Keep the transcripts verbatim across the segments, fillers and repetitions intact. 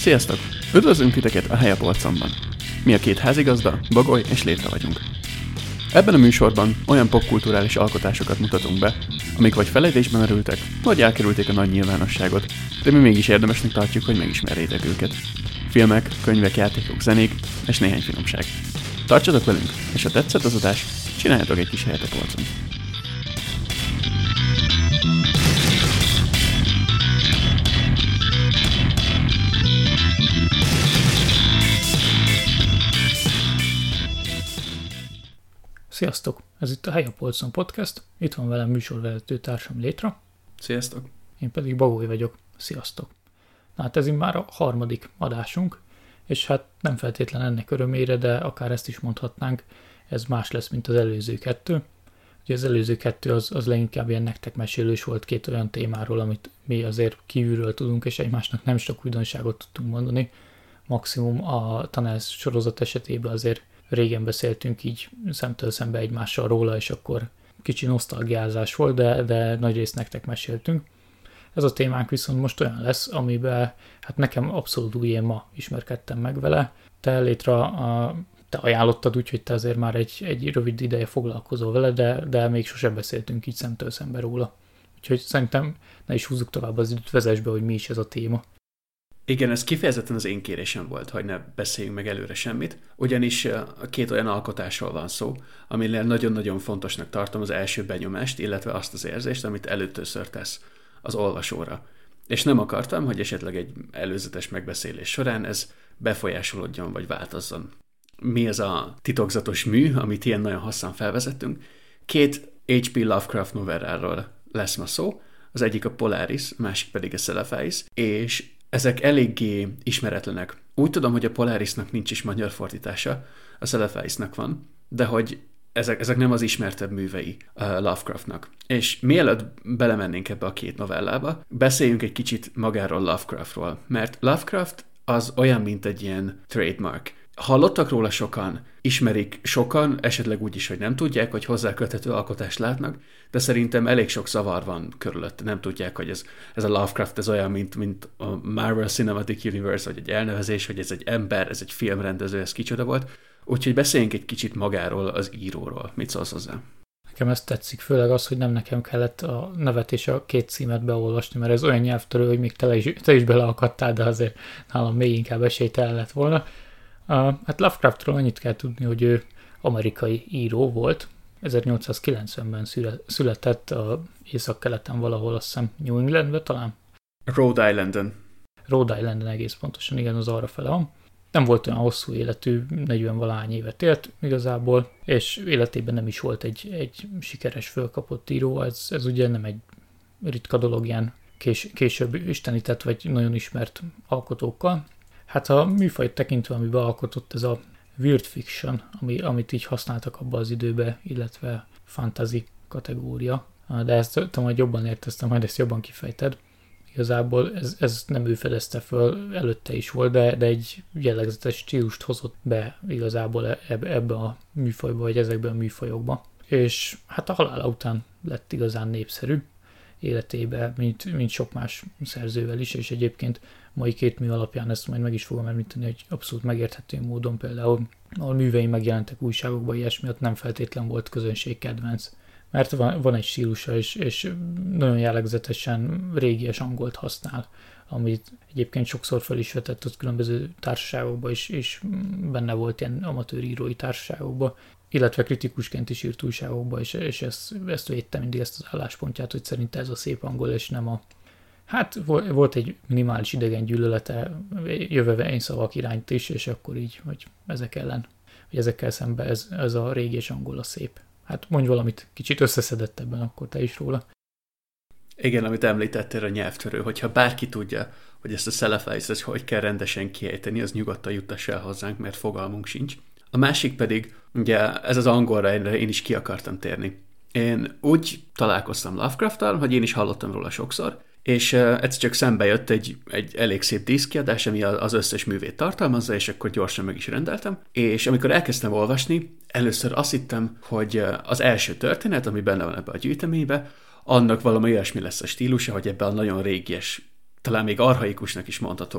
Sziasztok! Üdvözlünk titeket a Hely a Polcomban. Mi a két házigazda, Bagoly és Létra vagyunk. Ebben a műsorban olyan popkulturális alkotásokat mutatunk be, amik vagy felejtésben merültek, vagy elkerülték a nagy nyilvánosságot, de mi mégis érdemesnek tartjuk, hogy megismerjétek őket. Filmek, könyvek, játékok, zenék és néhány finomság. Tartsatok velünk, és ha tetszett az adás, csináljatok egy kis helyet a polcon. Sziasztok! Ez itt a Hely a Polcon podcast. Itt van velem műsorvezető társam Létra. Sziasztok! Én pedig Bagoly vagyok. Sziasztok! Na hát ez így már a harmadik adásunk, és hát nem feltétlen ennek örömére, de akár ezt is mondhatnánk, ez más lesz, mint az előző kettő. Ugye az előző kettő az, az leginkább ilyen nektek mesélős volt két olyan témáról, amit mi azért kívülről tudunk, és egymásnak nem sok újdonságot tudtunk mondani. Maximum a Tunnels sorozat esetében azért régen beszéltünk így szemtől szembe egymással róla, és akkor kicsi nosztalgiázás volt, de, de nagy részt nektek meséltünk. Ez a témánk viszont most olyan lesz, amiben hát nekem abszolút új, én ma ismerkedtem meg vele. Te Létra, a, te ajánlottad, úgyhogy te azért már egy, egy rövid ideje foglalkozol vele, de, de még sosem beszéltünk így szemtől szembe róla. Úgyhogy szerintem ne is húzzuk tovább az időt, vezess be, hogy mi is ez a téma. Igen, ez kifejezetten az én kérésem volt, hogy ne beszéljünk meg előre semmit, ugyanis a két olyan alkotásról van szó, aminél nagyon-nagyon fontosnak tartom az első benyomást, illetve azt az érzést, amit először tesz az olvasóra. És nem akartam, hogy esetleg egy előzetes megbeszélés során ez befolyásolódjon vagy változzon. Mi ez a titokzatos mű, amit ilyen nagyon hosszan felvezettünk? Két há pé. Lovecraft novelláról lesz ma szó, az egyik a Polaris, másik pedig a Celephaïs, és ezek eléggé ismeretlenek. Úgy tudom, hogy a Polarisnak nincs is magyar fordítása, a Celephaïsnak van, de hogy ezek, ezek nem az ismertebb művei uh, Lovecraftnak. És mielőtt belemennénk ebbe a két novellába, beszéljünk egy kicsit magáról Lovecraftról, mert Lovecraft az olyan, mint egy ilyen trademark. Hallottak róla sokan, ismerik sokan, esetleg úgy is, hogy nem tudják, hogy hozzáköthető alkotást látnak, de szerintem elég sok zavar van körülött. Nem tudják, hogy ez, ez a Lovecraft ez olyan, mint, mint a Marvel Cinematic Universe, vagy egy elnevezés, hogy ez egy ember, ez egy filmrendező, ez kicsoda volt. Úgyhogy beszéljünk egy kicsit magáról, az íróról. Mit szólsz hozzá? Nekem ez tetszik, főleg az, hogy nem nekem kellett a nevet és a két címet beolvasni, mert ez olyan nyelvtörő, hogy még te is, te is beleakadtál, de azért nálam még inkább esélytelen lett volna. Uh, hát Lovecraftról annyit kell tudni, hogy ő amerikai író volt. ezernyolcszázkilencvenben született a északkeleten valahol, azt hiszem New Englandben talán? Rhode Islanden. Rhode Islanden egész pontosan, igen, az arra fele van. Nem volt olyan hosszú életű, negyven-valahány évet élt igazából, és életében nem is volt egy, egy sikeres fölkapott író. Ez, ez ugye nem egy ritka dolog ilyen kés, később istenített vagy nagyon ismert alkotókkal. Hát a műfajt tekintve, amiben alkotott, ez a weird fiction, ami, amit így használtak abban az időben, illetve fantasy kategória. De ezt te majd jobban érteztem, majd ezt jobban kifejted. Igazából ez, ez nem ő fedezte föl, előtte is volt, de, de egy jellegzetes stílust hozott be igazából ebbe a műfajba, vagy ezekben a műfajokba. És hát a halála után lett igazán népszerű életében, mint, mint sok más szerzővel is, és egyébként mai két mű alapján ezt majd meg is fogom említeni, hogy abszolút megérthető módon például, ahol művei megjelentek újságokban, ilyesmi, ott nem feltétlen volt közönségkedvenc. Mert van, van egy stílusa, és, és nagyon jellegzetesen régies angolt használ, amit egyébként sokszor fel is vetett ott különböző társaságokban is, és benne volt ilyen amatőr írói társaságokban, illetve kritikusként is írt újságokban, és, és ezt, ezt védte mindig ezt az álláspontját, hogy szerinte ez a szép angol, és nem a... Hát volt egy minimális idegen gyűlölete jövevény szavak irányt is, és akkor így, hogy ezek ellen, vagy ezekkel szemben ez, ez a régi és angol a szép. Hát mondj valamit kicsit összeszedettebben akkor te is róla. Igen, amit említettél, a nyelvtörő, hogyha bárki tudja, hogy ezt a Celephaïst hogy kell rendesen kiejteni, az nyugodtan juttass el hozzánk, mert fogalmunk sincs. A másik pedig, ugye ez az angolra én is ki akartam térni. Én úgy találkoztam Lovecraft-tal, hogy én is hallottam róla sokszor, és uh, egyszer csak szembe jött egy, egy elég szép díszkiadás, ami az összes művét tartalmazza, és akkor gyorsan meg is rendeltem. És amikor elkezdtem olvasni, először azt hittem, hogy az első történet, ami benne van ebbe a gyűjteménybe, annak valami olyasmi lesz a stílusa, hogy ebben a nagyon régies, talán még archaikusnak is mondható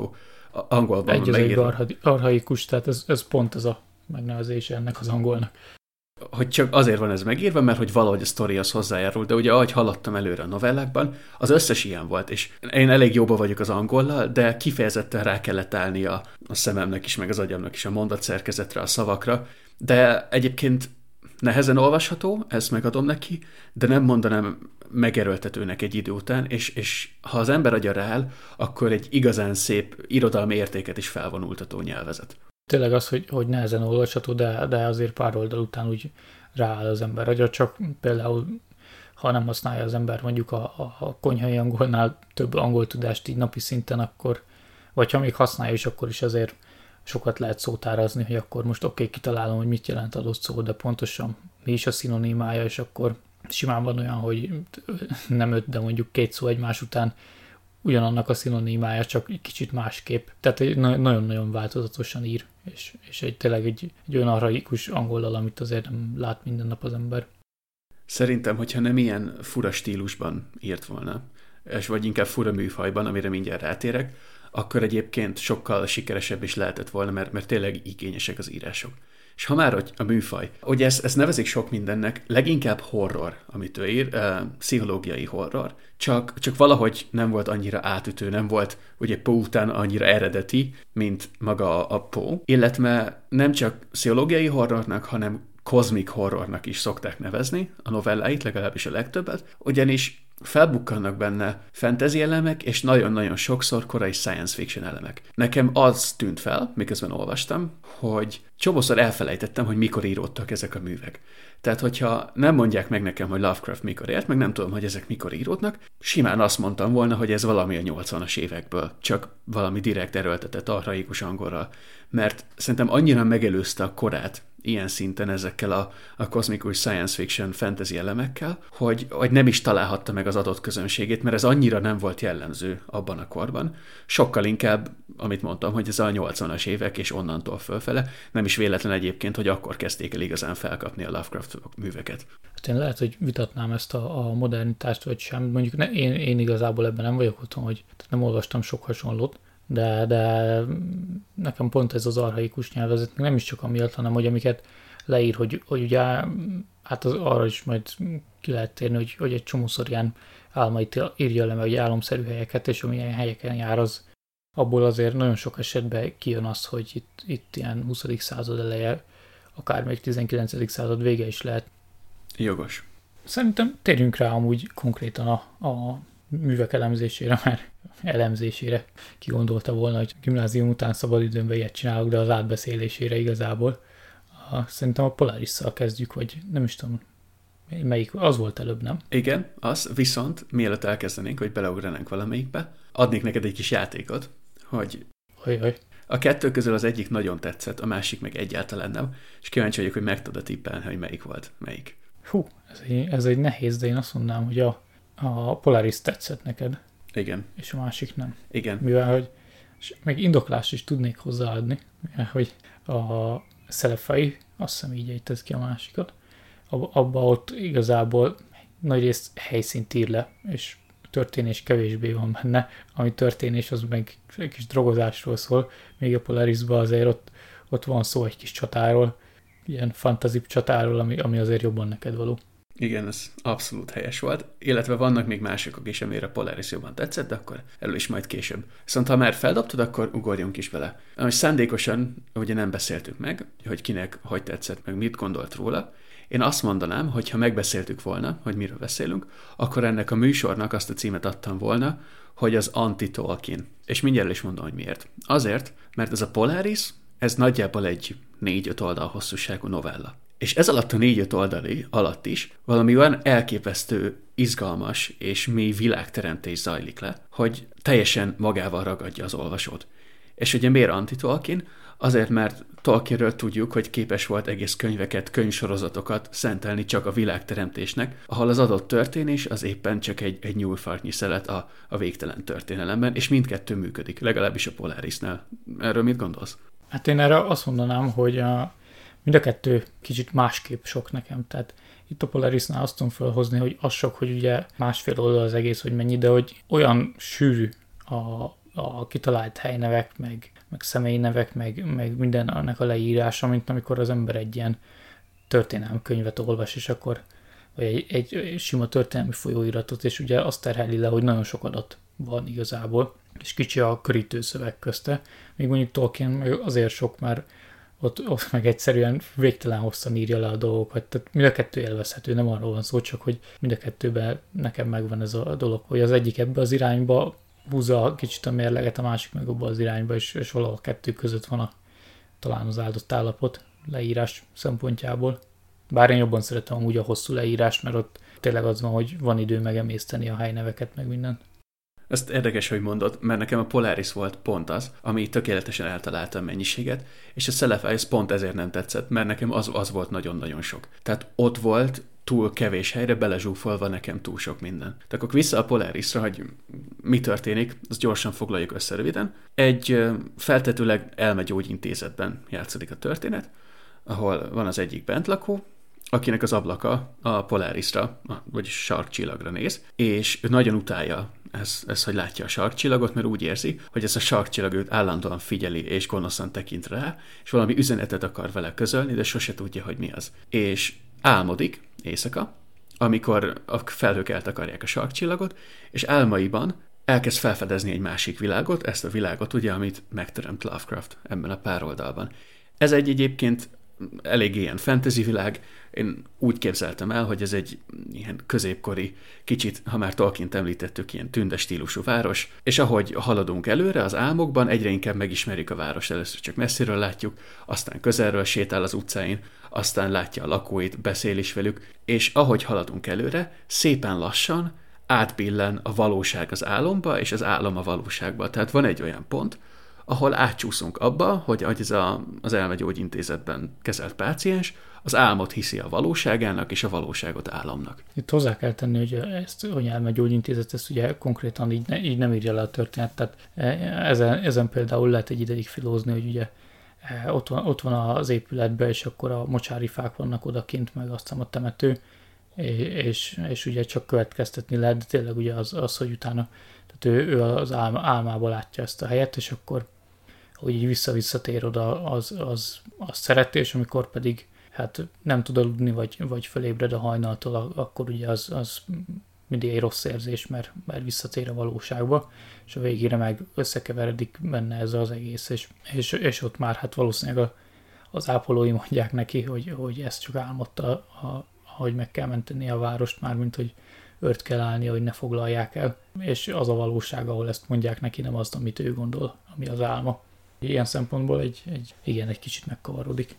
angolban egy az egy archaikus, tehát ez, ez pont ez a megnevezése ennek az angolnak. Hogy csak azért van ez megírva, mert hogy valahogy a sztori az hozzájárul, de ugye ahogy haladtam előre a novellákban, az összes ilyen volt, és én elég jóba vagyok az angollal, de kifejezetten rá kellett állni a, a szememnek is, meg az agyamnak is a mondatszerkezetre, a szavakra, de egyébként nehezen olvasható, ezt megadom neki, de nem mondanám megerőltetőnek egy idő után, és, és ha az ember agya rááll, akkor egy igazán szép irodalmi értéket is felvonultató nyelvezet. Tényleg az, hogy, hogy nehezen olvasható, de, de azért pár oldal után úgy rááll az ember agya, csak például ha nem használja az ember mondjuk a, a, a konyhai angolnál több angol tudást így napi szinten, akkor, vagy ha még használja is, akkor is azért sokat lehet szótárazni, hogy akkor most oké, okay, kitalálom, hogy mit jelent adott szó, de pontosan mi is a szinonimája, és akkor simán van olyan, hogy nem öt, de mondjuk két szó egymás után ugyanannak a szinonimája, csak egy kicsit másképp. Tehát egy nagyon-nagyon változatosan ír, és, és egy, tényleg egy, egy olyan archaikus angollal, amit azért nem lát minden nap az ember. Szerintem, hogyha nem ilyen fura stílusban írt volna, és vagy inkább fura műfajban, amire mindjárt rátérek, akkor egyébként sokkal sikeresebb is lehetett volna, mert, mert tényleg igényesek az írások. És ha már a műfaj, ugye ezt, ezt nevezik sok mindennek, leginkább horror, amit ő ír, uh, pszichológiai horror, csak, csak valahogy nem volt annyira átütő, nem volt ugye Poe után annyira eredeti, mint maga a Poe, illetve nem csak pszichológiai horrornak, hanem kozmik horrornak is szokták nevezni a novelláit, legalábbis a legtöbbet, ugyanis felbukkannak benne fantasy elemek, és nagyon-nagyon sokszor korai science fiction elemek. Nekem az tűnt fel, miközben olvastam, hogy csomószor elfelejtettem, hogy mikor íródtak ezek a művek. Tehát, hogyha nem mondják meg nekem, hogy Lovecraft mikor élt, meg nem tudom, hogy ezek mikor íródnak, simán azt mondtam volna, hogy ez valami a nyolcvanas évekből, csak valami direkt erőltetett archaikus angolral, mert szerintem annyira megelőzte a korát ilyen szinten ezekkel a, a kozmikus science fiction fantasy elemekkel, hogy, hogy nem is találhatta meg az adott közönségét, mert ez annyira nem volt jellemző abban a korban. Sokkal inkább, amit mondtam, hogy ez a nyolcvanas évek és onnantól fölfele, nem is véletlen egyébként, hogy akkor kezdték el igazán felkapni a Lovecraft műveket. Hát én lehet, hogy vitatnám ezt a, a modernitást, vagy sem. Mondjuk ne, én, én igazából ebben nem vagyok otthon, hogy nem olvastam sok hasonlót, de, de nekem pont ez az archaikus nyelvezet, nem is csak amiatt, hanem hogy amiket leír, hogy, hogy ugye hát az, arra is majd ki lehet térni, hogy, hogy egy csomószor ilyen álmait írja le, vagy álomszerű helyeket, és amilyen helyeken jár, az abból azért nagyon sok esetben kijön az, hogy itt, itt ilyen huszadik század eleje, akár még tizenkilencedik század vége is lehet. Jogos. Szerintem térjünk rá amúgy konkrétan a, a művek elemzésére, mert elemzésére kigondolta volna, hogy gimnázium után szabadidőmben ilyet csinálok, de az átbeszélésére igazából. A, szerintem a Polarisszal kezdjük, vagy nem is tudom, melyik, az volt előbb, nem? Igen, az, viszont mielőtt elkezdenénk, hogy beleugranánk valamelyikbe, adnék neked egy kis játékot, hogy Ojjaj. A kettő közül az egyik nagyon tetszett, a másik meg egyáltalán nem, és kíváncsi vagyok, hogy meg tudod tippelni, hogy melyik volt, melyik. Hú, ez egy, ez egy nehéz, de én azt mondanám, hogy a, a Polaris tetszett neked. Igen. És a másik nem. Igen. Mivel, hogy és meg indoklást is tudnék hozzáadni, hogy a Szelefei, azt hiszem így ejtett ki a másikat, abba ott igazából nagyrészt helyszínt ír le, és történés kevésbé van benne, ami történés az meg egy kis drogozásról szól, még a Polarisban azért ott, ott van szó egy kis csatáról, ilyen fantasy csatáról, ami, ami azért jobban neked való. Igen, ez abszolút helyes volt, illetve vannak még mások is, amire a Polaris jobban tetszett, de akkor erről is majd később. Viszont ha már feldobtad, akkor ugorjunk is bele. Most szándékosan ugye nem beszéltük meg, hogy kinek hogy tetszett, meg mit gondolt róla. Én azt mondanám, hogy ha megbeszéltük volna, hogy miről beszélünk, akkor ennek a műsornak azt a címet adtam volna, hogy az Anti-Tolkien. És mindjárt is mondom, hogy miért. Azért, mert ez a Polaris, ez nagyjából egy négy-öt oldal hosszúságú novella. És ez alatt a négy-öt oldali alatt is valami olyan elképesztő, izgalmas és mély világteremtés zajlik le, hogy teljesen magával ragadja az olvasót. És ugye miért Anti-Tolkien? Azért, mert Tolkienről tudjuk, hogy képes volt egész könyveket, könyvsorozatokat szentelni csak a világteremtésnek, ahol az adott történés az éppen csak egy, egy nyúlfartnyi szelet a, a végtelen történelemben, és mindkettő működik, legalábbis a Polarisnál. Erről mit gondolsz? Hát én erre azt mondanám, hogy a, mind a kettő kicsit másképp sok nekem. Tehát itt a Polarisnál azt tudom felhozni, hogy az sok, hogy ugye másfél oldal az egész, hogy mennyi, de hogy olyan sűrű a a kitalált helynevek, meg, meg személyi nevek, meg, meg minden annak a leírása, mint amikor az ember egy ilyen történelmi könyvet olvas, és akkor vagy egy, egy sima történelmi folyóiratot, és ugye azt terheli le, hogy nagyon sok adat van igazából, és kicsi a körítőszöveg közte. Még mondjuk Tolkien azért sok, mert ott, ott meg egyszerűen végtelen hosszan írja le a dolgokat. Tehát mind a kettő élvezhető, nem arról van szó, csak hogy mind a kettőben nekem megvan ez a dolog, hogy az egyik ebbe az irányba húzza kicsit a mérleget, a másik meg abba az irányba, és, és valahol a kettő között van a, talán az áldott állapot leírás szempontjából. Bár én jobban szeretem amúgy a hosszú leírást, mert ott tényleg az van, hogy van idő megemészteni a helyneveket, meg minden. Ezt érdekes, hogy mondod, mert nekem a Polaris volt pont az, ami tökéletesen eltalálta a mennyiséget, és a Celebes pont ezért nem tetszett, mert nekem az, az volt nagyon-nagyon sok. Tehát ott volt túl kevés helyre belezsúfolva nekem túl sok minden. Tehát akkor vissza a Polarisra, hogy mi történik, azt gyorsan foglaljuk össze röviden. Egy feltetőleg elmegyógyintézetben játszódik a történet, ahol van az egyik bentlakó, akinek az ablaka a Polarisra, vagyis sarkcsillagra néz, és ő nagyon utálja ez, ez, hogy látja a sarkcsillagot, mert úgy érzi, hogy ez a sarkcsillag őt állandóan figyeli és gonoszan tekint rá, és valami üzenetet akar vele közölni, de sose tudja, hogy mi az. És álmodik éjszaka, amikor a felhők eltakarják a sarkcsillagot, és álmaiban elkezd felfedezni egy másik világot, ezt a világot ugye, amit megteremt Lovecraft ebben a pár oldalban. Ez egy egyébként elég ilyen fantasy világ, én úgy képzeltem el, hogy ez egy ilyen középkori, kicsit, ha már Tolkient említettük, ilyen tünde stílusú város, és ahogy haladunk előre az álmokban, egyre inkább megismerjük a várost, először csak messziről látjuk, aztán közelről sétál az utcáin, aztán látja a lakóit, beszél is velük, és ahogy haladunk előre, szépen lassan átbillen a valóság az álomba, és az álom a valóságba. Tehát van egy olyan pont, ahol átcsúszunk abba, hogy ez a, az elmegyógyintézetben kezelt páciens az álmot hiszi a valóságának, és a valóságot álomnak. Itt hozzá kell tenni, hogy ezt, hogy elmegyógyintézet, ezt ugye konkrétan így, ne, így nem írja le a történet, tehát ezen, ezen például lehet egy ideig filózni, hogy ugye ott van, ott van az épületben, és akkor a mocsári fák vannak odakint, meg aztán a temető, és, és ugye csak következtetni lehet, de tényleg ugye az, az hogy utána, tehát ő, ő az álma, álmába látja ezt a helyet, és akkor hogy így vissza-visszatér oda, az, az, az szereti, és amikor pedig hát nem tud aludni, vagy, vagy fölébred a hajnaltól, akkor ugye az, az mindig egy rossz érzés, mert, mert visszatér a valóságba, és a végére meg összekeveredik benne ez az egész, és, és, és ott már hát valószínűleg a, az ápolói mondják neki, hogy, hogy ezt csak álmodta, a, hogy meg kell menteni a várost, mármint hogy őrt kell állni, hogy ne foglalják el, és az a valóság, ahol ezt mondják neki, nem az, amit ő gondol, ami az álma. Ilyen szempontból egy, egy igen, egy kicsit megkavarodik.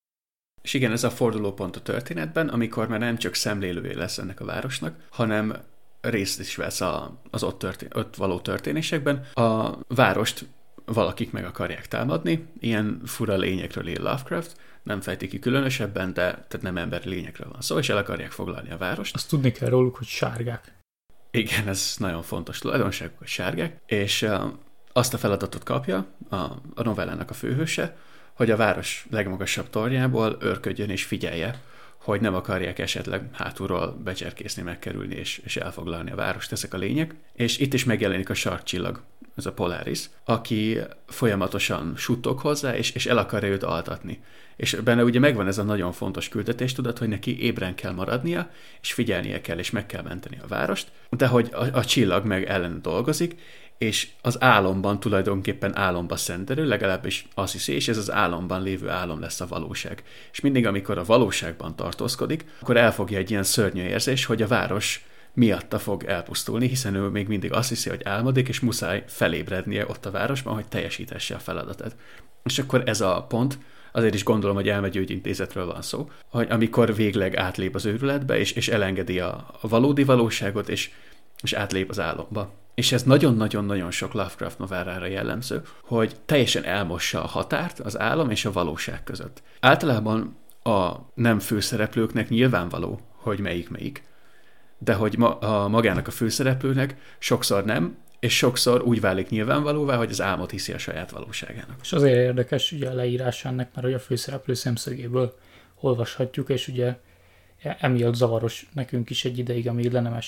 És igen, ez a fordulópont a történetben, amikor már nem csak szemlélője lesz ennek a városnak, hanem részt is vesz a, az ott, történ- ott való történésekben. A várost valakik meg akarják támadni, ilyen fura lényekről ír Lovecraft, nem fejti ki különösebben, de tehát nem emberi lényekről van szó, és el akarják foglalni a várost. Azt tudni kell róluk, hogy sárgák. Igen, ez nagyon fontos tulajdonságok, hogy sárgák, és uh, azt a feladatot kapja a, a novellának a főhőse, hogy a város legmagasabb tornyából őrködjön és figyelje, hogy nem akarják esetleg hátulról becserkészni, megkerülni és, és elfoglalni a várost ezek a lények. És itt is megjelenik a sarkcsillag, ez a Polaris, aki folyamatosan suttog hozzá, és, és el akarja őt altatni. És benne ugye megvan ez a nagyon fontos küldetéstudat, hogy neki ébren kell maradnia, és figyelnie kell, és meg kell menteni a várost, de hogy a, a csillag meg ellen dolgozik, és az álomban tulajdonképpen álomba szenderül, legalábbis azt hiszi, és ez az álomban lévő álom lesz a valóság. És mindig, amikor a valóságban tartózkodik, akkor elfogja egy ilyen szörnyű érzés, hogy a város miatta fog elpusztulni, hiszen ő még mindig azt hiszi, hogy álmodik, és muszáj felébrednie ott a városban, hogy teljesítesse a feladatát. És akkor ez a pont, azért is gondolom, hogy elmegyógyintézetről van szó, hogy amikor végleg átlép az őrületbe, és, és elengedi a, a valódi valóságot, és, és átlép az álomba. És ez nagyon-nagyon-nagyon sok Lovecraft novellára jellemző, hogy teljesen elmossa a határt az álom és a valóság között. Általában a nem főszereplőknek nyilvánvaló, hogy melyik-melyik, de hogy ma, a magának a főszereplőnek sokszor nem, és sokszor úgy válik nyilvánvalóvá, hogy az álmot hiszi a saját valóságának. És azért érdekes ugye a leírás ennek, mert hogy a főszereplő szemszögéből olvashatjuk, és ugye emiatt zavaros nekünk is egy ideig, amíg le nem esik.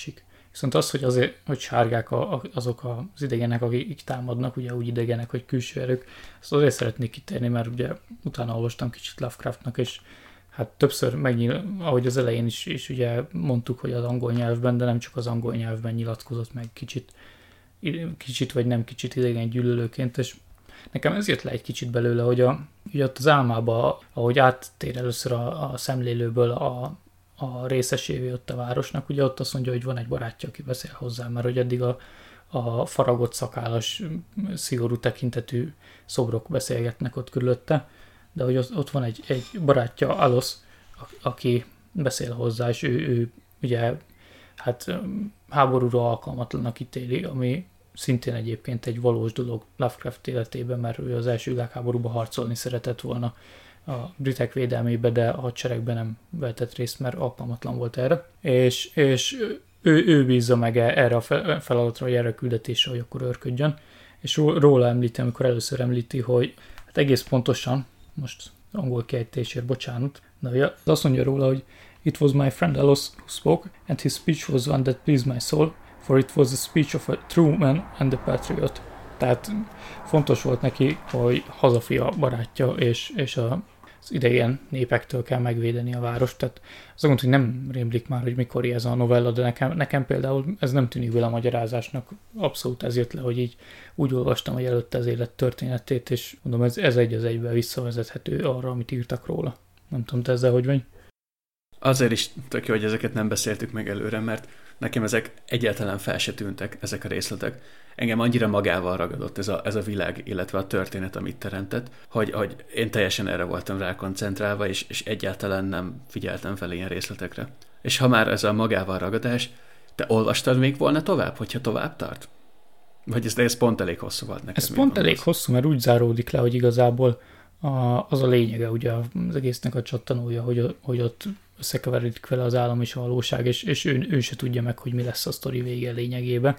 Viszont az, hogy azért, hogy sárgák a, a, azok az idegenek, akik támadnak, ugye úgy idegenek, hogy külső erők, azt azért szeretnék kitérni, mert ugye utána olvastam kicsit Lovecraftnak, és hát többször megnyil, ahogy az elején is, is ugye mondtuk, hogy az angol nyelvben, de nem csak az angol nyelvben nyilatkozott meg kicsit, kicsit vagy nem kicsit idegen gyűlölőként, és nekem ez jött le egy kicsit belőle, hogy a, ugye ott az álmába, ahogy áttér először a, a szemlélőből a, a részesévé ott a városnak, ugye ott azt mondja, hogy van egy barátja, aki beszél hozzá, mert hogy eddig a, a faragott szakállas, szigorú tekintetű szobrok beszélgetnek ott körülötte, de hogy ott, ott van egy, egy barátja, Alos, aki beszél hozzá, és ő, ő ugye hát háborúra alkalmatlanak ítéli, ami szintén egyébként egy valós dolog Lovecraft életében, mert ő az első világháborúban harcolni szeretett volna a britek védelmébe, de a hadseregben nem vehetett részt, mert alkalmatlan volt erre. És, és ő, ő bízza meg erre a feladatra, vagy erre a küldetésre, hogy akkor őrködjön. És róla említi, amikor először említi, hogy hát egész pontosan, most angol kiejtésért bocsánat, de azt mondja róla, hogy "It was my friend Alos who spoke, and his speech was one that pleased my soul, for it was the speech of a true man and a patriot." Tehát fontos volt neki, hogy hazafia barátja, és, és a, az idegen népektől kell megvédeni a várost. Tehát azt mondom, hogy nem rémlik már, hogy mikor ez a novella, de nekem, nekem például ez nem tűnik vele a magyarázásnak. Abszolút ez jött le, hogy így úgy olvastam, hogy előtte az élet történetét, és mondom, ez, ez egy az egyben visszavezethető arra, amit írtak róla. Nem tudom, te ezzel hogy vagy? Azért is tök jó, hogy ezeket nem beszéltük meg előre, mert nekem ezek egyáltalán fel se tűntek, ezek a részletek. Engem annyira magával ragadott ez a, ez a világ, illetve a történet, amit teremtett, hogy, hogy én teljesen erre voltam rá koncentrálva, és, és egyáltalán nem figyeltem fel ilyen részletekre. És ha már ez a magával ragadás, te olvastad még volna tovább, hogyha tovább tart? Vagy ez, ez pont elég hosszú volt neked? Ez pont elég hosszú, mert úgy záródik le, hogy igazából a, az a lényege ugye az egésznek a csattanója, hogy, hogy ott összekeveredik vele az álom és a valóság, és, és ő, ő se tudja meg, hogy mi lesz a sztori vége lényegében.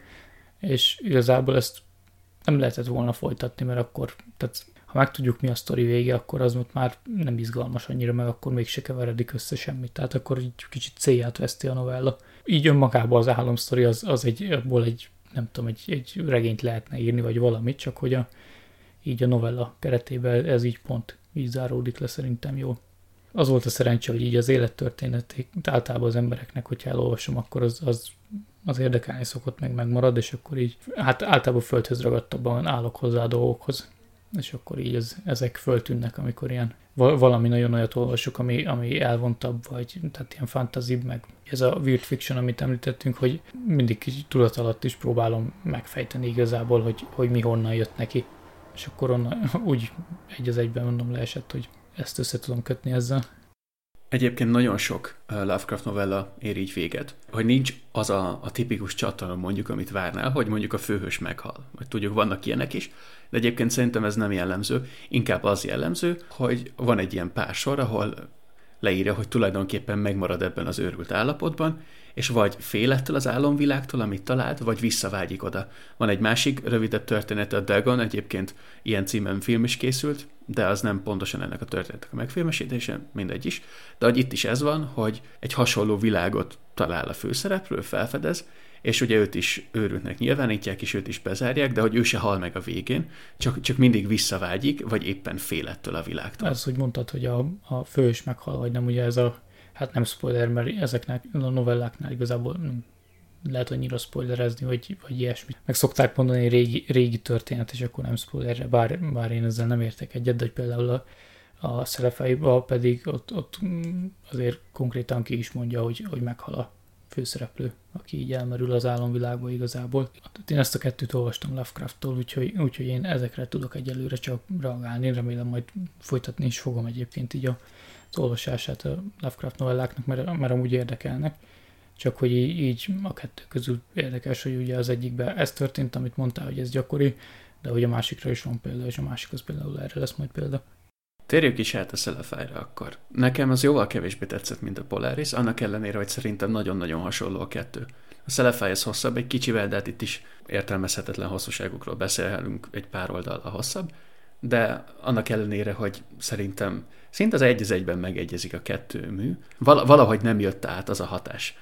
És igazából ezt nem lehetett volna folytatni, mert akkor, tehát ha megtudjuk, mi a sztori vége, akkor az már nem izgalmas annyira, meg akkor mégse keveredik össze semmit. Tehát akkor így kicsit célját veszti a novella. Így önmagában az álomsztori az, az egy, abból egy, nem tudom, egy, egy regényt lehetne írni, vagy valamit, csak hogy a, így a novella keretében ez így pont így záródik le szerintem jól. Az volt a szerencse, hogy így az élettörténet általában az embereknek, hogyha elolvasom, akkor az, az, az érdekelni szokott, meg megmarad, és akkor így, hát általában földhöz ragadtabban állok hozzá a dolgokhoz, és akkor így ez, ezek föltűnnek, amikor ilyen valami nagyon olyat olvasok, ami, ami elvontabb, vagy tehát ilyen fantazibb, meg ez a weird fiction, amit említettünk, hogy mindig kicsit tudat alatt is próbálom megfejteni igazából, hogy, hogy mi honnan jött neki, és akkor onnan úgy egy az egyben mondom leesett, hogy ezt össze tudom kötni ezzel. Egyébként nagyon sok Lovecraft novella ér így véget, hogy nincs az a, a tipikus csattanó mondjuk, amit várnál, hogy mondjuk a főhős meghal. Vagy tudjuk, vannak ilyenek is, de egyébként szerintem ez nem jellemző. Inkább az jellemző, hogy van egy ilyen pár sor, ahol leírja, hogy tulajdonképpen megmarad ebben az őrült állapotban, és vagy fél ettől az álomvilágtól, amit talált, vagy visszavágyik oda. Van egy másik rövidebb történet, a Dagon, egyébként ilyen címen film is készült, de az nem pontosan ennek a történetnek a megfilmesítése, mindegy is. De hogy itt is ez van, hogy egy hasonló világot talál a főszereplő, felfedez, és ugye őt is őrültnek nyilvánítják, és őt is bezárják, de hogy ő se hal meg a végén, csak, csak mindig visszavágyik, vagy éppen fél ettől a világtól. Ez, hogy mondtad, hogy a, a főhős meghal, vagy nem, ugye ez a, hát nem spoiler, mert ezeknek a novelláknál igazából nem lehet annyira spoilerezni, vagy, vagy ilyesmit. Meg szokták mondani, hogy régi, régi történet, és akkor nem spoilerre, bár, bár én ezzel nem értek egyet, de hogy például a, a Szelefeiben pedig ott, ott azért konkrétan ki is mondja, hogy, hogy meghal a főszereplő, aki így elmerül az álomvilágba igazából. Én ezt a kettőt olvastam Lovecrafttól, úgyhogy, úgyhogy én ezekre tudok egyelőre csak reagálni, remélem majd folytatni is fogom egyébként így az olvasását a Lovecraft novelláknak, mert, mert amúgy érdekelnek. Csak hogy így, így a kettő közül érdekes, hogy ugye az egyikben ez történt, amit mondtál, hogy ez gyakori, de hogy a másikra is van példa, és a másik az például erre lesz majd példa. Térjük is át a Szelefájra akkor. Nekem az jóval kevésbé tetszett, mint a Polaris, annak ellenére, hogy szerintem nagyon-nagyon hasonló a kettő. A Szelefáj az hosszabb egy kicsivel, de hát itt is értelmezhetetlen hosszúságokról beszélhetünk, egy pár oldal a hosszabb, de annak ellenére, hogy szerintem szinte az egy az egyben megegyezik a kettő mű, valahogy nem jött át az a hatás.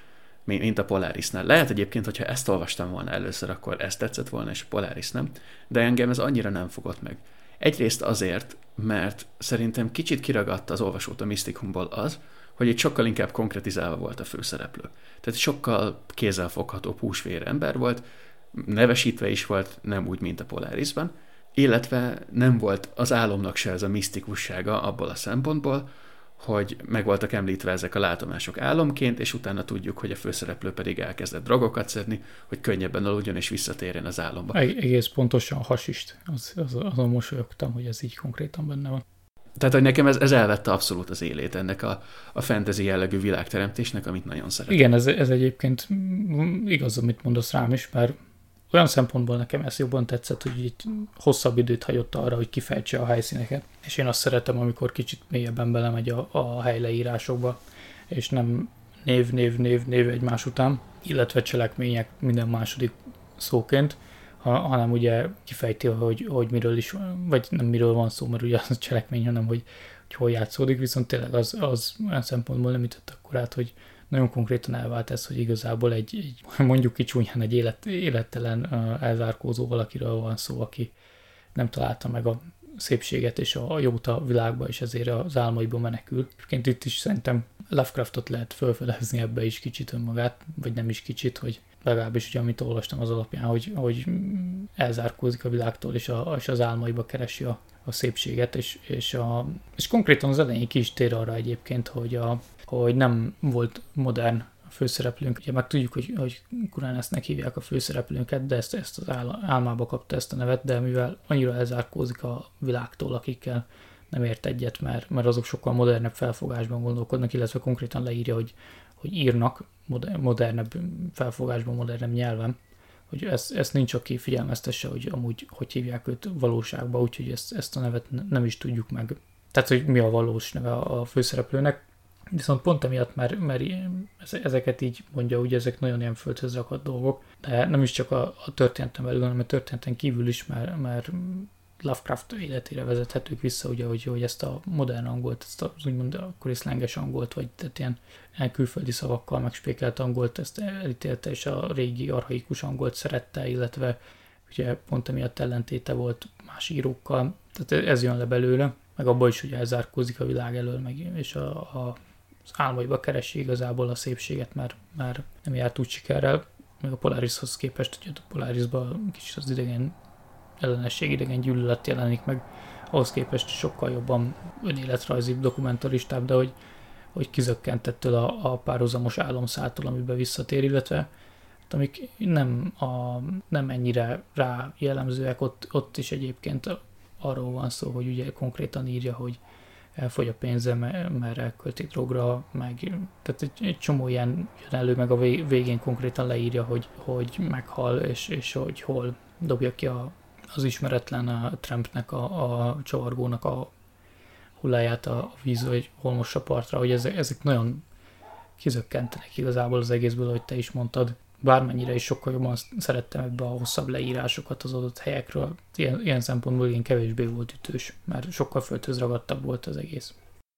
mint a Polarisnál. Lehet egyébként, hogyha ezt olvastam volna először, akkor ezt tetszett volna, és a Polaris nem, de engem ez annyira nem fogott meg. Egyrészt azért, mert szerintem kicsit kiragadta az olvasót a Mysticumból az, hogy itt sokkal inkább konkretizálva volt a főszereplő. Tehát sokkal kézzelfogható húsvér ember volt, nevesítve is volt, nem úgy, mint a Polarisban, illetve nem volt az álomnak se ez a misztikussága abból a szempontból, hogy meg voltak említve ezek a látomások álomként, és utána tudjuk, hogy a főszereplő pedig elkezdett drogokat szedni, hogy könnyebben aludjon és visszatérjen az álomba. Egész pontosan a hasist. Az, az, azon mosolyogtam, hogy ez így konkrétan benne van. Tehát, hogy nekem ez, ez elvette abszolút az élét ennek a, a fantasy jellegű világteremtésnek, amit nagyon szeretem. Igen, ez, ez egyébként igaz, amit mondasz rám is, mert olyan szempontból nekem ez jobban tetszett, hogy itt hosszabb időt hagyott arra, hogy kifejtse a helyszíneket. És én azt szeretem, amikor kicsit mélyebben belemegy a, a helyleírásokba, és nem név, név, név, név egymás után, illetve cselekmények minden második szóként, ha, hanem ugye kifejti, hogy, hogy miről is, vagy nem miről van szó, mert ugye az a cselekmény, hanem hogy, hogy hol játszódik, viszont tényleg az, az olyan szempontból nem ütött akkor át, hogy nagyon konkrétan elvált ez, hogy igazából egy, egy mondjuk ki csúnyán egy élet, élettelen elzárkózó valakiről van szó, aki nem találta meg a szépséget és a jót a világba, és ezért az álmaiba menekül. Egyébként itt is szerintem Lovecraftot lehet felfedezni ebbe is kicsit önmagát, vagy nem is kicsit, hogy legalábbis ugye, amit olvastam az alapján, hogy, hogy elzárkózik a világtól, és, a, és az álmaiba keresi a, a szépséget, és, és, a, és konkrétan az elején ki is tér arra egyébként, hogy, a, hogy nem volt modern a főszereplőnk. Ugye meg tudjuk, hogy, hogy Kuránásznek hívják a főszereplőnket, de ezt, ezt az álmába kapta ezt a nevet, de mivel annyira elzárkózik a világtól, akikkel nem ért egyet, mert, mert azok sokkal modernebb felfogásban gondolkodnak, illetve konkrétan leírja, hogy, hogy írnak modernebb felfogásban, modernebb nyelven, hogy ezt, ezt nincs, aki figyelmeztesse, hogy amúgy hogy hívják őt valóságban, úgyhogy ezt, ezt a nevet nem is tudjuk meg. Tehát, hogy mi a valós neve a főszereplőnek. Viszont pont emiatt, mert, mert ezeket így mondja, ugye ezek nagyon ilyen földhöz rakott dolgok, de nem is csak a, a történeten belül, hanem a történeten kívül is, mert, mert Lovecraft életére vezethetők vissza, ugye, hogy, hogy ezt a modern angolt, ezt az úgymond akkori szlenges angolt, vagy tehát ilyen, ilyen külföldi szavakkal megspékelt angolt, ezt elítélte, és a régi archaikus angolt szerette, illetve ugye pont emiatt ellentéte volt más írókkal, tehát ez jön le belőle, meg abban is ugye elzárkózik a világ elől, meg, és a, a, az álmaiba keresi igazából a szépséget, mert már nem járt úgy sikerrel, meg a Polarishoz képest, hogy a Polarisban kicsit az idegen ellenesség, idegen gyűlölet jelenik meg, ahhoz képest sokkal jobban önéletrajzi, dokumentaristább, de hogy, hogy kizökkent ettől a, a párhuzamos álomszától, amiben visszatér, illetve amik nem, a, nem ennyire rá jellemzőek, ott, ott is egyébként arról van szó, hogy ugye konkrétan írja, hogy elfogy a pénze, mert elkölti drogra, meg tehát egy, egy csomó ilyen jön elő, meg a végén konkrétan leírja, hogy, hogy meghal, és, és hogy hol dobja ki a az ismeretlen a Trampnek, a, a csavargónak a hulláját a víz, vagy hol mossa partra, hogy ezek, ezek nagyon kizökkentenek igazából az egészből, ahogy te is mondtad. Bármennyire is sokkal jobban szerettem ebbe a hosszabb leírásokat az adott helyekről. Ilyen, ilyen szempontból ilyen kevésbé volt ütős, mert sokkal földhöz ragadtabb volt az egész.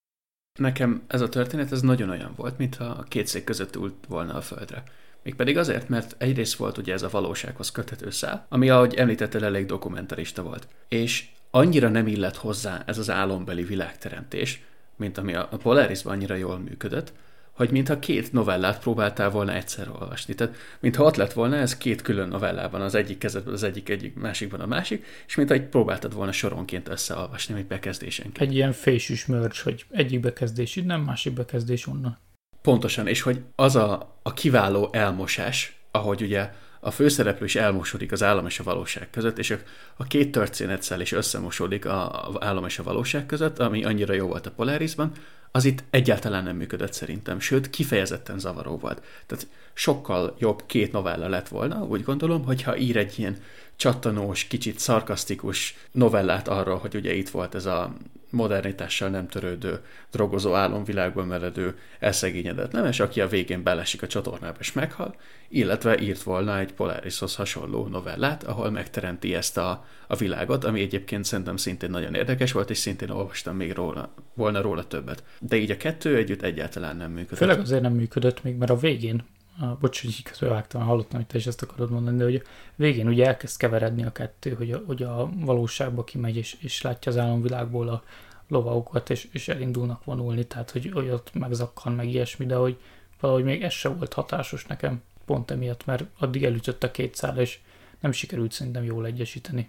Nekem ez a történet, ez nagyon olyan volt, mintha a két szék között ült volna a földre. Mégpedig azért, mert egyrészt volt ugye ez a valósághoz köthető szál, ami, ahogy említetted, elég dokumentarista volt. És annyira nem illett hozzá ez az álombeli világteremtés, mint ami a Polarisban annyira jól működött, hogy mintha két novellát próbáltál volna egyszer olvasni. Tehát mintha ott lett volna ez két külön novellában, az egyik kezedben az egyik, egyik másikban a másik, és mintha egy próbáltad volna soronként összeolvasni, egy bekezdésenként. Egy ilyen fésűs merge, hogy egyik bekezdés innen, másik bekezdés onnan. Pontosan, és hogy az a, a kiváló elmosás, ahogy ugye a főszereplő is elmosodik az álom és a valóság között, és a, a két történetszál is összemosodik az álom és a valóság között, ami annyira jó volt a Polarisban, az itt egyáltalán nem működött szerintem, sőt, kifejezetten zavaró volt. Tehát sokkal jobb két novella lett volna, úgy gondolom, hogyha ír egy ilyen csattanós, kicsit szarkasztikus novellát arról, hogy ugye itt volt ez a modernitással nem törődő, drogozó álomvilágban meredő, elszegényedett nemes, aki a végén belesik a csatornába és meghal, illetve írt volna egy Polarishoz hasonló novellát, ahol megteremti ezt a, a világot, ami egyébként szerintem szintén nagyon érdekes volt, és szintén olvastam még róla, volna róla többet. De így a kettő együtt egyáltalán nem működött. Főleg azért nem működött még, mert a végén a, bocs, hogy közbevágtam, hallottam, hogy te is ezt akarod mondani, de hogy a végén ugye elkezd keveredni a kettő, hogy a, hogy a valóságba kimegy, és, és látja az álomvilágból a lovagokat, és, és elindulnak vonulni, tehát hogy, hogy ott megzakkan, meg ilyesmi, de hogy valahogy még ez se volt hatásos nekem, pont emiatt, mert addig elütött a két szál, és nem sikerült szerintem jól egyesíteni.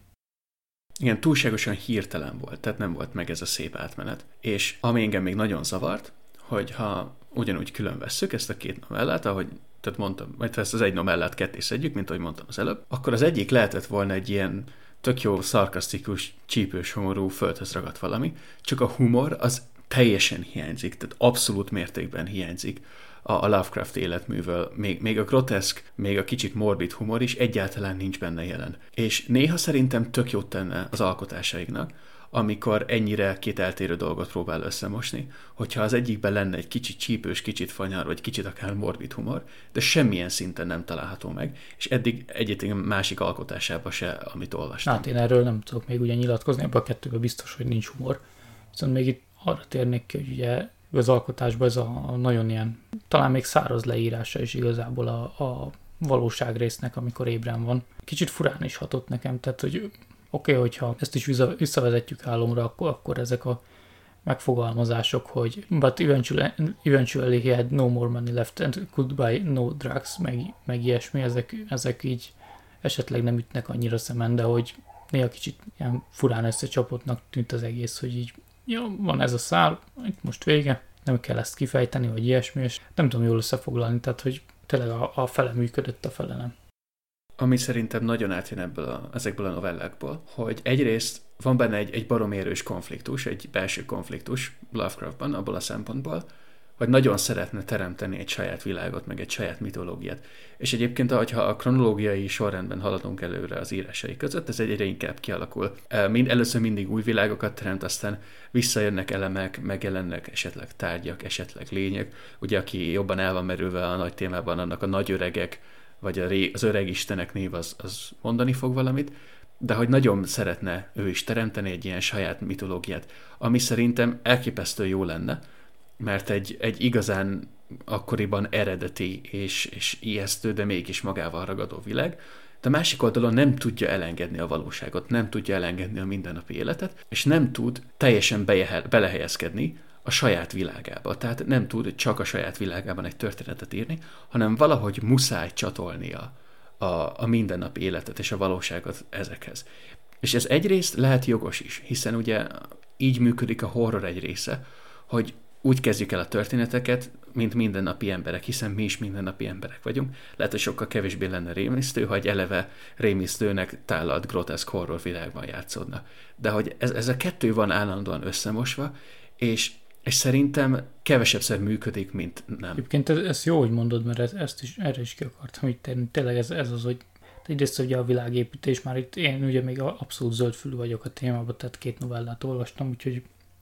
Igen, túlságosan hirtelen volt, tehát nem volt meg ez a szép átmenet. És ami engem még nagyon zavart, hogy ha ugyanúgy külön vesszük ezt a két novellát, ahogy tehát mondtam, vagy ezt az egy novellát ketté szedjük, mint ahogy mondtam az előbb, akkor az egyik lehetett volna egy ilyen tök jó, szarkasztikus, csípős humorú, földhöz ragadt valami, csak a humor az teljesen hiányzik, tehát abszolút mértékben hiányzik a, a Lovecraft életművel. Még, még a groteszk, még a kicsit morbid humor is egyáltalán nincs benne jelen. És néha szerintem tök jót tenne az alkotásaiknak, amikor ennyire két eltérő dolgot próbál összemosni, hogyha az egyikben lenne egy kicsit csípős, kicsit fanyar, vagy kicsit akár morbid humor, de semmilyen szinten nem található meg, és eddig egyetlen másik alkotásában se, amit olvastam. Hát én erről nem tudok még ugye nyilatkozni, ebben a kettőben biztos, hogy nincs humor. Viszont még itt arra térnék ki, hogy ugye az alkotásban ez a nagyon ilyen, talán még száraz leírása is igazából a, a valóság résznek, amikor ébren van. Kicsit furán is hatott nekem, tehát hogy oké, okay, hogyha ezt is visszavezetjük álomra, akkor, akkor ezek a megfogalmazások, hogy but eventually, eventually he had no more money left and could buy no drugs, meg, meg ilyesmi, ezek, ezek így esetleg nem ütnek annyira szemen, de hogy néha kicsit ilyen furán összecsapottnak tűnt az egész, hogy így jó, van ez a szál, itt most vége, nem kell ezt kifejteni, vagy ilyesmi, és nem tudom jól összefoglalni, tehát hogy tényleg a, a fele működött, a fele nem. Ami szerintem nagyon átjön ebből a, ezekből a novellákból, hogy egyrészt van benne egy, egy baromi erős konfliktus, egy belső konfliktus Lovecraftban, abból a szempontból, hogy nagyon szeretne teremteni egy saját világot, meg egy saját mitológiát. És egyébként, ha a kronológiai sorrendben haladunk előre az írásai között, ez egyre inkább kialakul. Mind, először mindig új világokat teremt, aztán visszajönnek elemek, megjelennek esetleg tárgyak, esetleg lények. Ugye, aki jobban el van merülve a nagy témában, annak a nagy öregek, vagy az öreg istenek név az, az mondani fog valamit, de hogy nagyon szeretne ő is teremteni egy ilyen saját mitológiát, ami szerintem elképesztő jó lenne, mert egy, egy igazán akkoriban eredeti és, és ijesztő, de mégis magával ragadó világ, de a másik oldalon nem tudja elengedni a valóságot, nem tudja elengedni a mindennapi életet, és nem tud teljesen belehelyezkedni a saját világába. Tehát nem tud csak a saját világában egy történetet írni, hanem valahogy muszáj csatolnia a, a mindennapi életet és a valóságot ezekhez. És ez egyrészt lehet jogos is, hiszen ugye így működik a horror egy része, hogy úgy kezdjük el a történeteket, mint mindennapi emberek, hiszen mi is mindennapi emberek vagyunk. Lehet, hogy sokkal kevésbé lenne rémisztő, ha egy eleve rémisztőnek tálalt groteszk horror világban játszódna. De hogy ez, ez a kettő van állandóan összemosva, és, és szerintem kevesebbszer működik, mint nem. Egyébként ez, ez jó, hogy mondod, mert ez, ezt is, erre is ki akartam így térni. Tényleg ez, ez az, hogy egyrészt ugye a világépítés, már itt én ugye még abszolút zöldfülű vagyok a témában, tehát két novellát olvastam, úgyhogy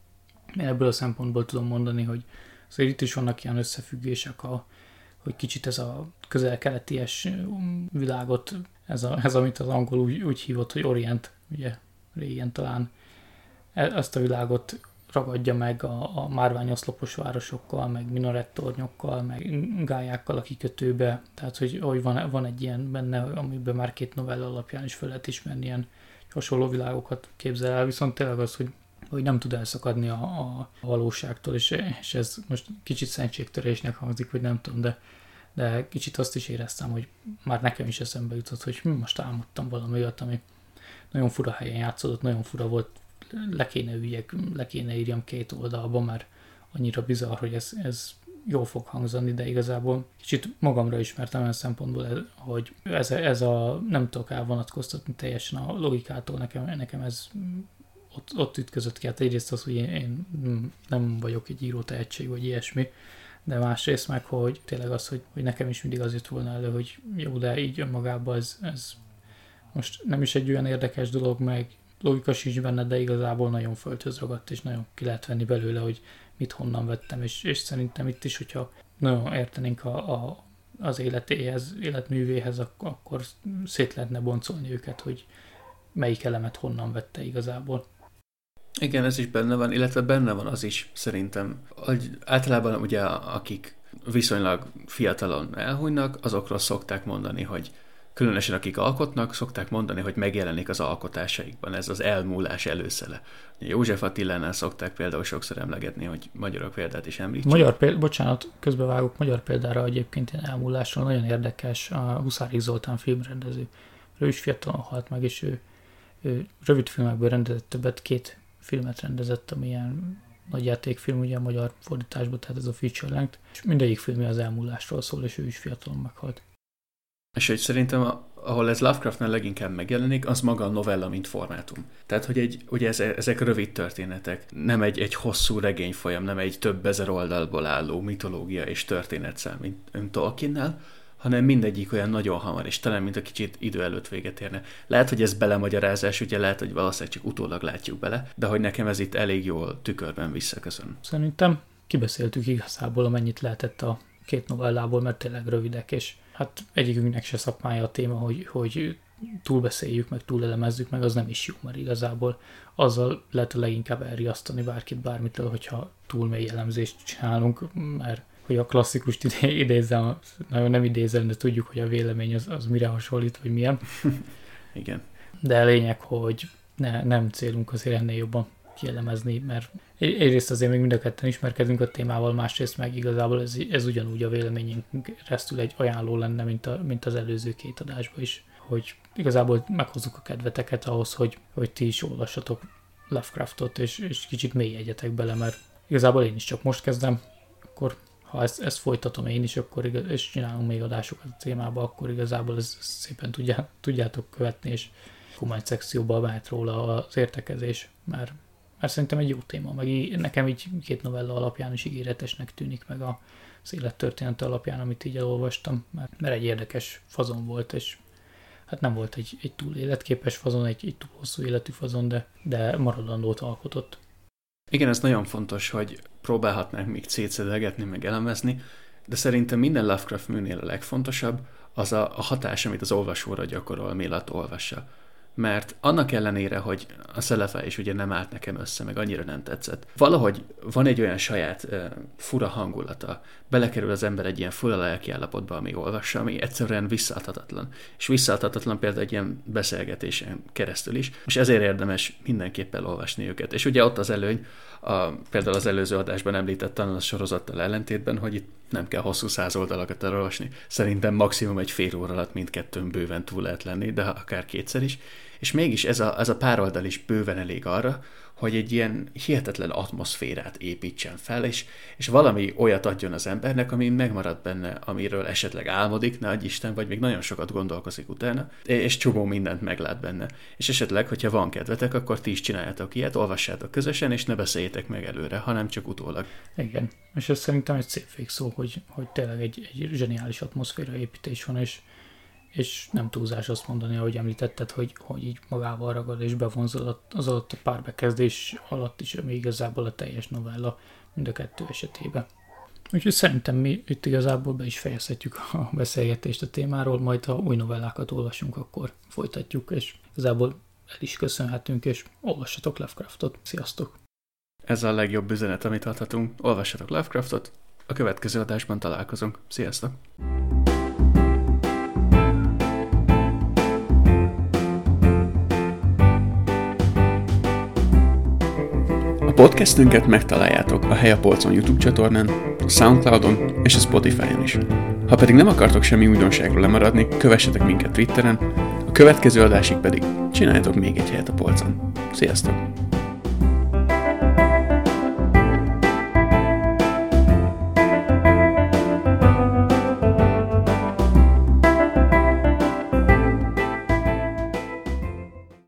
én ebből a szempontból tudom mondani, hogy azért itt is vannak ilyen összefüggések, a, hogy kicsit ez a közel-keleties világot, ez, a, ez amit az angol úgy, úgy hívott, hogy Orient, ugye régen talán, ezt a világot ragadja meg a, a márványoszlopos városokkal, meg minarettornyokkal, meg gályákkal a kikötőbe, tehát hogy, hogy van, van egy ilyen benne, amiben már két novella alapján is fel lehet ismerni, ilyen hasonló világokat képzel el, viszont tényleg az, hogy hogy nem tud elszakadni a, a valóságtól, és, és ez most kicsit szentségtörésnek hangzik, hogy nem tudom, de, de kicsit azt is éreztem, hogy már nekem is eszembe jutott, hogy hm, most álmodtam valami olyat, ami nagyon fura helyen játszódott, nagyon fura volt, le kéne üljek, le kéne írjam két oldalba, mert annyira bizarr, hogy ez, ez jól fog hangzani, de igazából kicsit magamra ismertem olyan szempontból, hogy ez, ez a nem tudok elvonatkoztatni teljesen a logikától, nekem, nekem ez Ott, ott ütközött ki, hát egyrészt az, hogy én, én nem vagyok egy író tehetség, vagy ilyesmi, de másrészt meg, hogy tényleg az, hogy, hogy nekem is mindig az jött volna elő, hogy jó, de így önmagában ez, ez most nem is egy olyan érdekes dolog, meg logika sincs benne, de igazából nagyon földhöz ragadt, és nagyon ki lehet venni belőle, hogy mit honnan vettem, és, és szerintem itt is, hogyha nagyon értenénk a, a, az életéhez, életművéhez, akkor szét lehetne boncolni őket, hogy melyik elemet honnan vette igazából. Igen, ez is benne van, illetve benne van az is szerintem, hogy általában ugye akik viszonylag fiatalon elhunynak, azokról szokták mondani, hogy különösen akik alkotnak, szokták mondani, hogy megjelenik az alkotásaikban ez az elmúlás előszele. József Attilánál szokták például sokszor emlegetni, hogy magyarok példát is említsük. Magyar példát, bocsánat, közbevágok, magyar példára egyébként ilyen elmúlásról nagyon érdekes a Huszárik Zoltán filmrendező. Ő is fiatalon halt meg, és ő, ő rövid filmekből rendezett többet, két filmet rendezett, ami ilyen nagy játékfilm, ugye a magyar fordításban, tehát ez a feature length, és mindegyik filmje az elmúlásról szól, és ő is fiatalon meghalt. És hogy szerintem, ahol ez Lovecraftnál leginkább megjelenik, az maga a novella, mint formátum. Tehát, hogy egy, ugye ezek rövid történetek, nem egy, egy hosszú regényfolyam, nem egy több ezer oldalból álló mitológia és történetszám, mint, mint Tolkiennel, hanem mindegyik olyan nagyon hamar, és talán mint a kicsit idő előtt véget érne. Lehet, hogy ez belemagyarázás, ugye lehet, hogy valószínűleg csak utólag látjuk bele, de hogy nekem ez itt elég jól tükörben visszaköszön. Szerintem kibeszéltük igazából, amennyit lehetett a két novellából, mert tényleg rövidek, és hát egyikünknek se szakmája a téma, hogy, hogy túlbeszéljük, meg túlelemezzük, meg az nem is jó, mert igazából azzal lehet a leginkább elriasztani bárkit bármitől, hogyha túl mély elemzést csinálunk, mert hogy a klasszikust ide, idézem, nagyon nem idézem, de tudjuk, hogy a vélemény az, az mire hasonlít, vagy milyen. Igen. De a lényeg, hogy ne, nem célunk azért ennél jobban kielemezni, mert egyrészt azért még mind a ketten ismerkedünk a témával, másrészt meg igazából ez, ez ugyanúgy a véleményünk keresztül egy ajánló lenne, mint, a, mint az előző két adásban is, hogy igazából meghozzuk a kedveteket ahhoz, hogy, hogy ti is olvassatok Lovecraftot, és, és kicsit mélyedjetek bele, mert igazából én is csak most kezdem, akkor ha ezt, ezt folytatom én is, akkor igaz, és csinálunk még adásokat a témába, akkor igazából ezt szépen tudjá, tudjátok követni, és komment szekcióba mehet róla az értekezés, mert, mert szerintem egy jó téma, meg így, nekem így két novella alapján is ígéretesnek tűnik, meg az élettörténet alapján, amit így elolvastam, mert, mert egy érdekes fazon volt, és hát nem volt egy, egy túl életképes fazon, egy, egy túl hosszú életű fazon, de, de maradandót alkotott. Igen, ez nagyon fontos, hogy próbálhatnánk még szétszedelgetni, meg elemezni, de szerintem minden Lovecraft műnél a legfontosabb az a, a hatás, amit az olvasóra gyakorol, mielőtt olvassa. Mert annak ellenére, hogy a Szelefá is ugye nem állt nekem össze, meg annyira nem tetszett. Valahogy van egy olyan saját uh, fura hangulata, belekerül az ember egy ilyen fura lelkiállapotba, ami olvassa, ami egyszerűen visszaadhatatlan. És visszaadhatatlan például egy ilyen beszélgetésen keresztül is, és ezért érdemes mindenképpen olvasni őket. És ugye ott az előny, a, például az előző adásban említett a sorozattal ellentétben, hogy itt nem kell hosszú száz oldalakat elolvasni. Szerintem maximum egy fél óra alatt mindkettőn bőven túl lehet lenni, de akár kétszer is. És mégis ez a, ez a pár oldal is bőven elég arra, hogy egy ilyen hihetetlen atmoszférát építsen fel, és, és valami olyat adjon az embernek, ami megmarad benne, amiről esetleg álmodik, ne adj Isten, vagy még nagyon sokat gondolkozik utána, és csomó mindent meglát benne. És esetleg, hogyha van kedvetek, akkor ti is csináljátok ilyet, olvassátok közösen, és ne beszéljétek meg előre, hanem csak utólag. Igen, és ez szerintem egy szép végszó, hogy, hogy tényleg egy, egy zseniális atmoszféra építés van, és és nem túlzás azt mondani, ahogy említetted, hogy, hogy így magával ragad és bevonzol az alatt a pár bekezdés alatt is, ami igazából a teljes novella mind a kettő esetében. Úgyhogy szerintem mi itt igazából be is fejezhetjük a beszélgetést a témáról, majd ha új novellákat olvasunk, akkor folytatjuk, és igazából el is köszönhetünk, és olvassatok Lovecraftot. Sziasztok! Ez a legjobb üzenet, amit adhatunk. Olvassatok Lovecraftot, a következő adásban találkozunk. Sziasztok! A podcastünket megtaláljátok a Hely a Polcon YouTube csatornán, a Soundcloudon és a Spotify-on is. Ha pedig nem akartok semmi újdonságról lemaradni, kövessetek minket Twitteren, a következő adásig pedig csináljátok még egy helyet a polcon. Sziasztok!